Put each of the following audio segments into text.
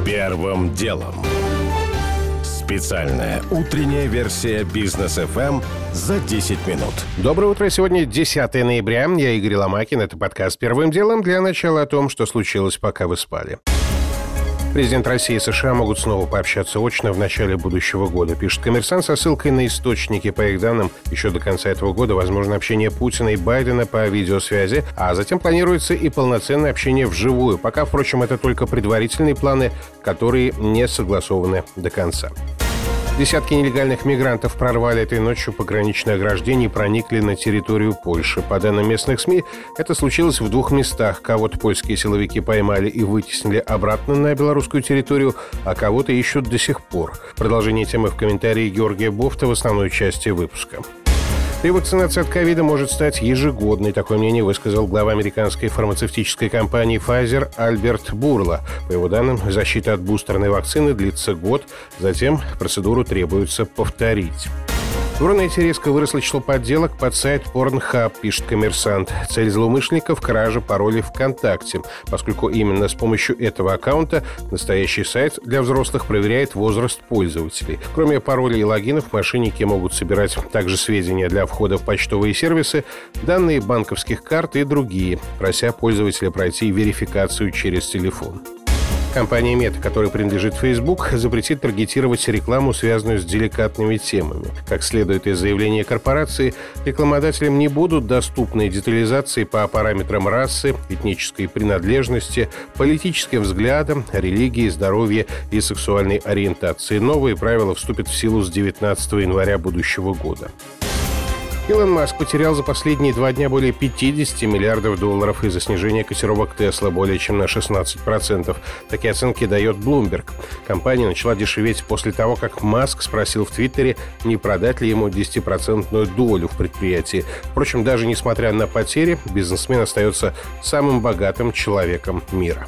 Первым делом. Специальная утренняя версия Бизнес ФМ за 10 минут. Доброе утро. Сегодня 10 ноября. Я Игорь Ломакин. Это подкаст «Первым делом». Для начала о том, что случилось, пока вы спали. Президент России и США могут снова пообщаться очно в начале будущего года, пишет «Коммерсант» со ссылкой на источники. По их данным, еще до конца этого года возможно общение Путина и Байдена по видеосвязи, а затем планируется и полноценное общение вживую. Пока, впрочем, это только предварительные планы, которые не согласованы до конца. Десятки нелегальных мигрантов прорвали этой ночью пограничное ограждение и проникли на территорию Польши. По данным местных СМИ, это случилось в двух местах. Кого-то польские силовики поймали и вытеснили обратно на белорусскую территорию, а кого-то ищут до сих пор. Продолжение темы в комментарии Георгия Бофта в основной части выпуска. Ревакцинация от ковида может стать ежегодной. Такое мнение высказал глава американской фармацевтической компании Pfizer Альберт Бурла. По его данным, защита от бустерной вакцины длится год, затем процедуру требуется повторить. В Рунете резко выросло число подделок под сайт Pornhub, пишет «Коммерсант». Цель злоумышленников – кража паролей ВКонтакте, поскольку именно с помощью этого аккаунта настоящий сайт для взрослых проверяет возраст пользователей. Кроме паролей и логинов, мошенники могут собирать также сведения для входа в почтовые сервисы, данные банковских карт и другие, прося пользователя пройти верификацию через телефон. Компания Meta, которой принадлежит Facebook, запретит таргетировать рекламу, связанную с деликатными темами. Как следует из заявления корпорации, рекламодателям не будут доступны детализации по параметрам расы, этнической принадлежности, политическим взглядам, религии, здоровья и сексуальной ориентации. Новые правила вступят в силу с 19 января будущего года. Илон Маск потерял за последние 2 дня более 50 миллиардов долларов из-за снижения котировок Тесла более чем на 16%. Такие оценки дает Bloomberg. Компания начала дешеветь после того, как Маск спросил в Твиттере, не продать ли ему 10% долю в предприятии. Впрочем, даже несмотря на потери, бизнесмен остается самым богатым человеком мира.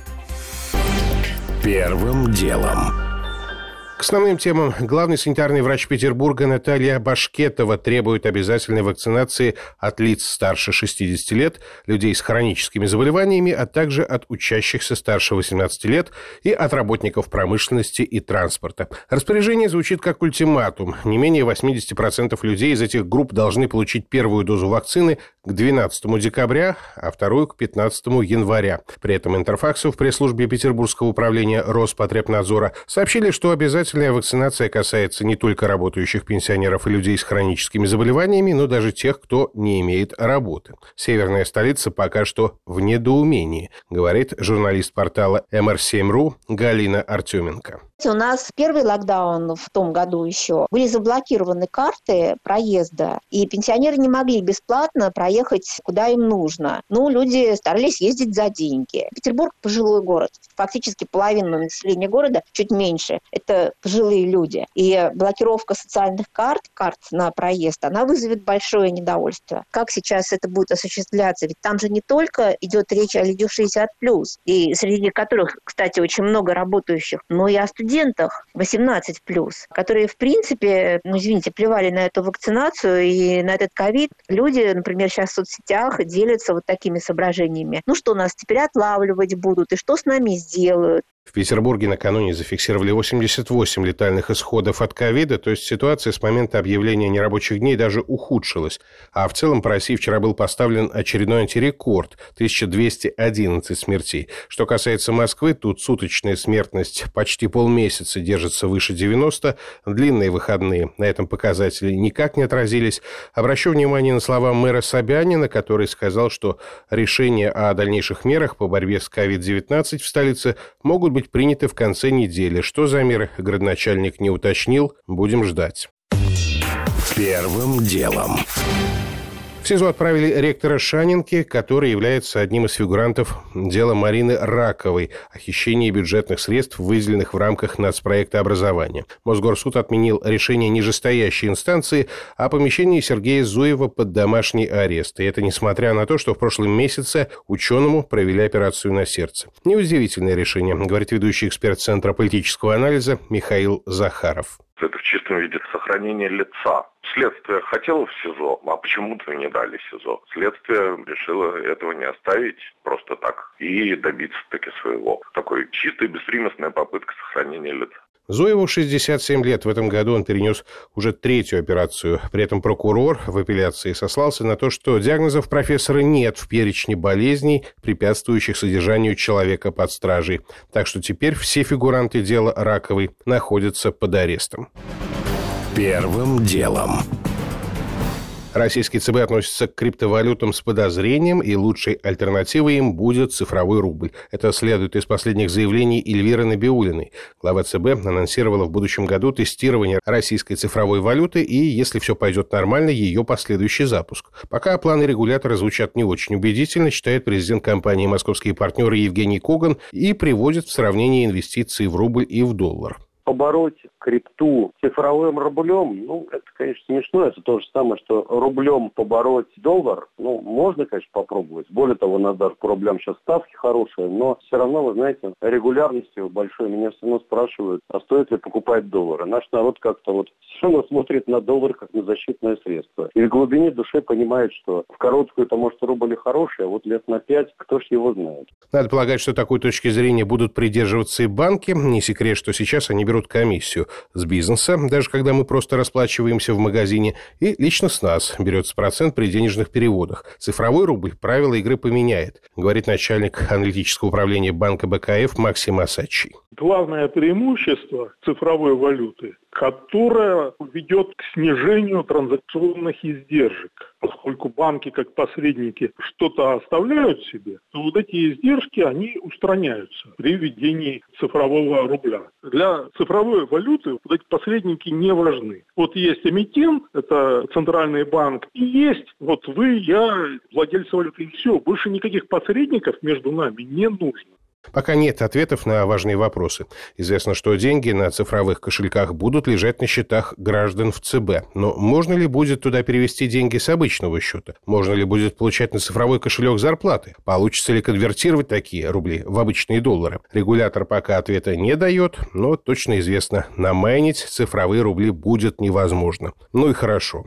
Первым делом. К основным темам. Главный санитарный врач Петербурга Наталья Башкетова требует обязательной вакцинации от лиц старше 60 лет, людей с хроническими заболеваниями, а также от учащихся старше 18 лет и от работников промышленности и транспорта. Распоряжение звучит как ультиматум. Не менее 80% людей из этих групп должны получить первую дозу вакцины к 12 декабря, а вторую к 15 января. При этом Интерфаксу в пресс-службе Петербургского управления Роспотребнадзора сообщили, что обязательная вакцинация касается не только работающих пенсионеров и людей с хроническими заболеваниями, но даже тех, кто не имеет работы. Северная столица пока что в недоумении, говорит журналист портала MR7.ru Галина Артеменко. У нас первый локдаун в том году еще были заблокированы карты проезда, и пенсионеры не могли бесплатно проехать куда им нужно. Люди старались ездить за деньги. Петербург – пожилой город. Фактически половина населения города, чуть меньше, это пожилые люди. И блокировка социальных карт на проезд, она вызовет большое недовольство. Как сейчас это будет осуществляться? Ведь там же не только идет речь о людях 60+, и среди которых, кстати, очень много работающих, но и о студентах 18+, которые, в принципе, плевали на эту вакцинацию и на этот ковид. Люди, например, сейчас в соцсетях делятся вот такими соображениями. Что нас теперь отлавливать будут и что с нами сделают? В Петербурге накануне зафиксировали 88 летальных исходов от ковида, то есть ситуация с момента объявления нерабочих дней даже ухудшилась. А в целом по России вчера был поставлен очередной антирекорд – 1211 смертей. Что касается Москвы, тут суточная смертность почти полмесяца держится выше 90, длинные выходные на этом показателе никак не отразились. Обращу внимание на слова мэра Собянина, который сказал, что решения о дальнейших мерах по борьбе с COVID-19 в столице могут быть приняты в конце недели. Что за меры, градоначальник не уточнил. Будем ждать. Первым делом. В СИЗО отправили ректора Шанинки, который является одним из фигурантов дела Марины Раковой о хищении бюджетных средств, выделенных в рамках нацпроекта образования. Мосгорсуд отменил решение нижестоящей инстанции о помещении Сергея Зуева под домашний арест. И это несмотря на то, что в прошлом месяце ученому провели операцию на сердце. Неудивительное решение, говорит ведущий эксперт Центра политического анализа Михаил Захаров. Это в чистом виде сохранение лица. Следствие хотело в СИЗО, а почему-то не дали СИЗО. Следствие решило этого не оставить просто так и добиться таки своего. Такой чистая, беспримесная попытка сохранения лица. Зуеву 67 лет. В этом году он перенес уже 3-ю операцию. При этом прокурор в апелляции сослался на то, что диагнозов профессора нет в перечне болезней, препятствующих содержанию человека под стражей. Так что теперь все фигуранты дела Раковой находятся под арестом. Первым делом. Российский ЦБ относится к криптовалютам с подозрением, и лучшей альтернативой им будет цифровой рубль. Это следует из последних заявлений Эльвиры Набиуллиной. Глава ЦБ анонсировала в будущем году тестирование российской цифровой валюты и, если все пойдет нормально, ее последующий запуск. Пока планы регулятора звучат не очень убедительно, считает президент компании «Московские партнеры» Евгений Коган и приводит в сравнение инвестиции в рубль и в доллар. Побороть крипту цифровым рублем, это, конечно, смешно. Это то же самое, что рублем побороть доллар. Можно, конечно, попробовать. Более того, у нас даже по рублям сейчас ставки хорошие, но все равно, вы знаете, регулярностью большой меня все равно спрашивают, а стоит ли покупать доллары. Наш народ как-то все равно смотрит на доллар как на защитное средство. И в глубине души понимает, что в короткую-то, может, рубль и хороший, а вот лет на 5, кто ж его знает. Надо полагать, что такой точки зрения будут придерживаться и банки. Не секрет, что сейчас они берут комиссию с бизнеса, даже когда мы просто расплачиваемся в магазине, и лично с нас берется процент при денежных переводах. Цифровой рубль правила игры поменяет, говорит начальник аналитического управления банка БКФ Максим Асачий. Главное преимущество цифровой валюты, которая ведет к снижению транзакционных издержек. Поскольку банки, как посредники, что-то оставляют себе, то вот эти издержки, они устраняются при введении цифрового рубля. Для цифровой валюты вот эти посредники не важны. Вот есть эмитент, это центральный банк, и есть вот вы, я, владельцы валюты, и все. Больше никаких посредников между нами не нужно. Пока нет ответов на важные вопросы. Известно, что деньги на цифровых кошельках будут лежать на счетах граждан в ЦБ. Но можно ли будет туда перевести деньги с обычного счета? Можно ли будет получать на цифровой кошелек зарплаты? Получится ли конвертировать такие рубли в обычные доллары? Регулятор пока ответа не дает, но точно известно, намайнить цифровые рубли будет невозможно. Ну и хорошо.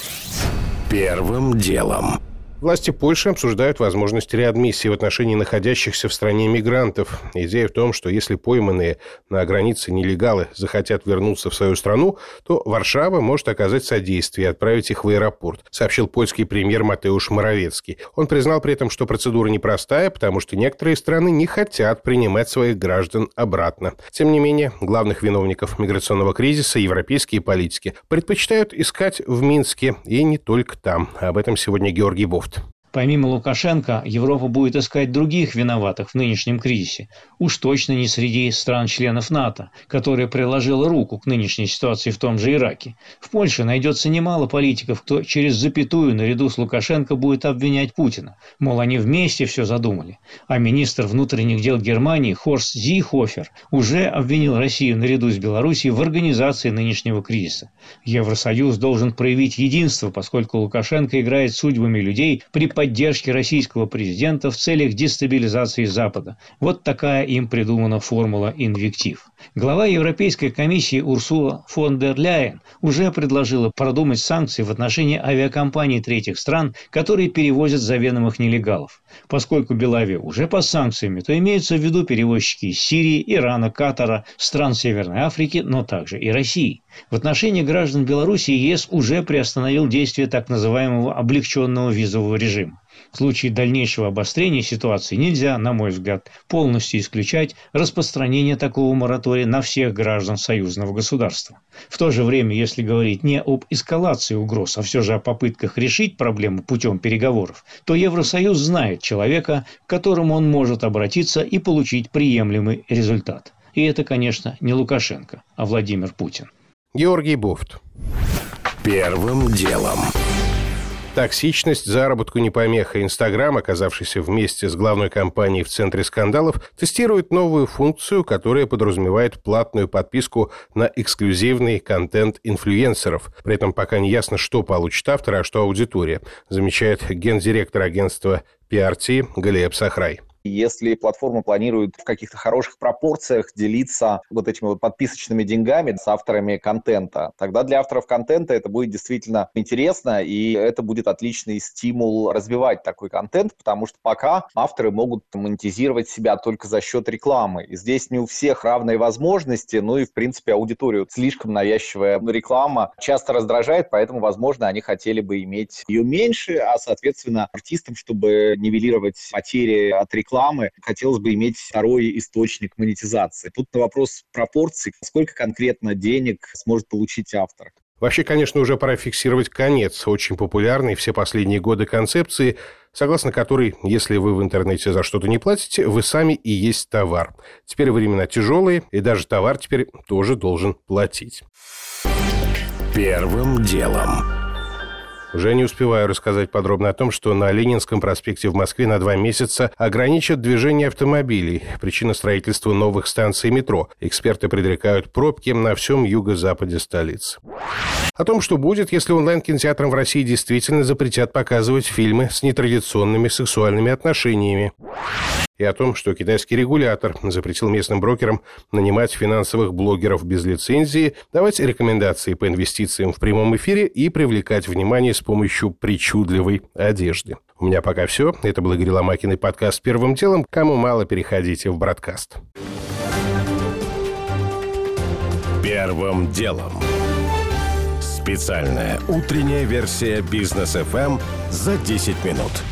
Первым делом. Власти Польши обсуждают возможность реадмиссии в отношении находящихся в стране мигрантов. Идея в том, что если пойманные на границе нелегалы захотят вернуться в свою страну, то Варшава может оказать содействие и отправить их в аэропорт, сообщил польский премьер Матеуш Моравецкий. Он признал при этом, что процедура непростая, потому что некоторые страны не хотят принимать своих граждан обратно. Тем не менее, главных виновников миграционного кризиса европейские политики предпочитают искать в Минске и не только там. Об этом сегодня Георгий Бофт. Помимо Лукашенко, Европа будет искать других виноватых в нынешнем кризисе. Уж точно не среди стран-членов НАТО, которые приложили руку к нынешней ситуации в том же Ираке. В Польше найдется немало политиков, кто через запятую наряду с Лукашенко будет обвинять Путина. Мол, они вместе все задумали. А министр внутренних дел Германии Хорст Зейхофер уже обвинил Россию наряду с Белоруссией в организации нынешнего кризиса. Евросоюз должен проявить единство, поскольку Лукашенко играет судьбами людей при поддержки российского президента в целях дестабилизации Запада. Вот такая им придумана формула инвектив. Глава Европейской комиссии Урсула фон дер Ляйен уже предложила продумать санкции в отношении авиакомпаний третьих стран, которые перевозят заведомых нелегалов. Поскольку Белавия уже под санкциями, то имеются в виду перевозчики из Сирии, Ирана, Катара, стран Северной Африки, но также и России. В отношении граждан Беларуси ЕС уже приостановил действие так называемого облегченного визового режима. В случае дальнейшего обострения ситуации нельзя, на мой взгляд, полностью исключать распространение такого моратория на всех граждан союзного государства. В то же время, если говорить не об эскалации угроз, а все же о попытках решить проблему путем переговоров, то Евросоюз знает человека, к которому он может обратиться и получить приемлемый результат. И это, конечно, не Лукашенко, а Владимир Путин. Георгий Бофт. Первым делом. Токсичность заработку не помеха. Инстаграм, оказавшийся вместе с главной компанией в центре скандалов, тестирует новую функцию, которая подразумевает платную подписку на эксклюзивный контент инфлюенсеров. При этом пока не ясно, что получит автор, а что аудитория, замечает гендиректор агентства PRT Галиэб Сахрай. Если платформа планирует в каких-то хороших пропорциях делиться вот этими вот подписочными деньгами с авторами контента, тогда для авторов контента это будет действительно интересно, и это будет отличный стимул развивать такой контент, потому что пока авторы могут монетизировать себя только за счет рекламы. И здесь не у всех равные возможности, ну и, в принципе, аудиторию слишком навязчивая реклама часто раздражает, поэтому, возможно, они хотели бы иметь ее меньше, а, соответственно, артистам, чтобы нивелировать потери от рекламы, хотелось бы иметь второй источник монетизации. Тут на вопрос пропорций, сколько конкретно денег сможет получить автор. Вообще, конечно, уже пора фиксировать конец очень популярной все последние годы концепции, согласно которой, если вы в интернете за что-то не платите, вы сами и есть товар. Теперь времена тяжелые, и даже товар теперь тоже должен платить. Первым делом. Уже не успеваю рассказать подробно о том, что на Ленинском проспекте в Москве на 2 месяца ограничат движение автомобилей. Причина строительства новых станций метро. Эксперты предрекают пробки на всем юго-западе столицы. О том, что будет, если онлайн-кинотеатрам в России действительно запретят показывать фильмы с нетрадиционными сексуальными отношениями. И о том, что китайский регулятор запретил местным брокерам нанимать финансовых блогеров без лицензии, давать рекомендации по инвестициям в прямом эфире и привлекать внимание с помощью причудливой одежды. У меня пока все. Это был Игорь Ломакин и подкаст «Первым делом». Кому мало, переходите в Бродкаст. Первым делом. Специальная утренняя версия Бизнес ФМ за 10 минут.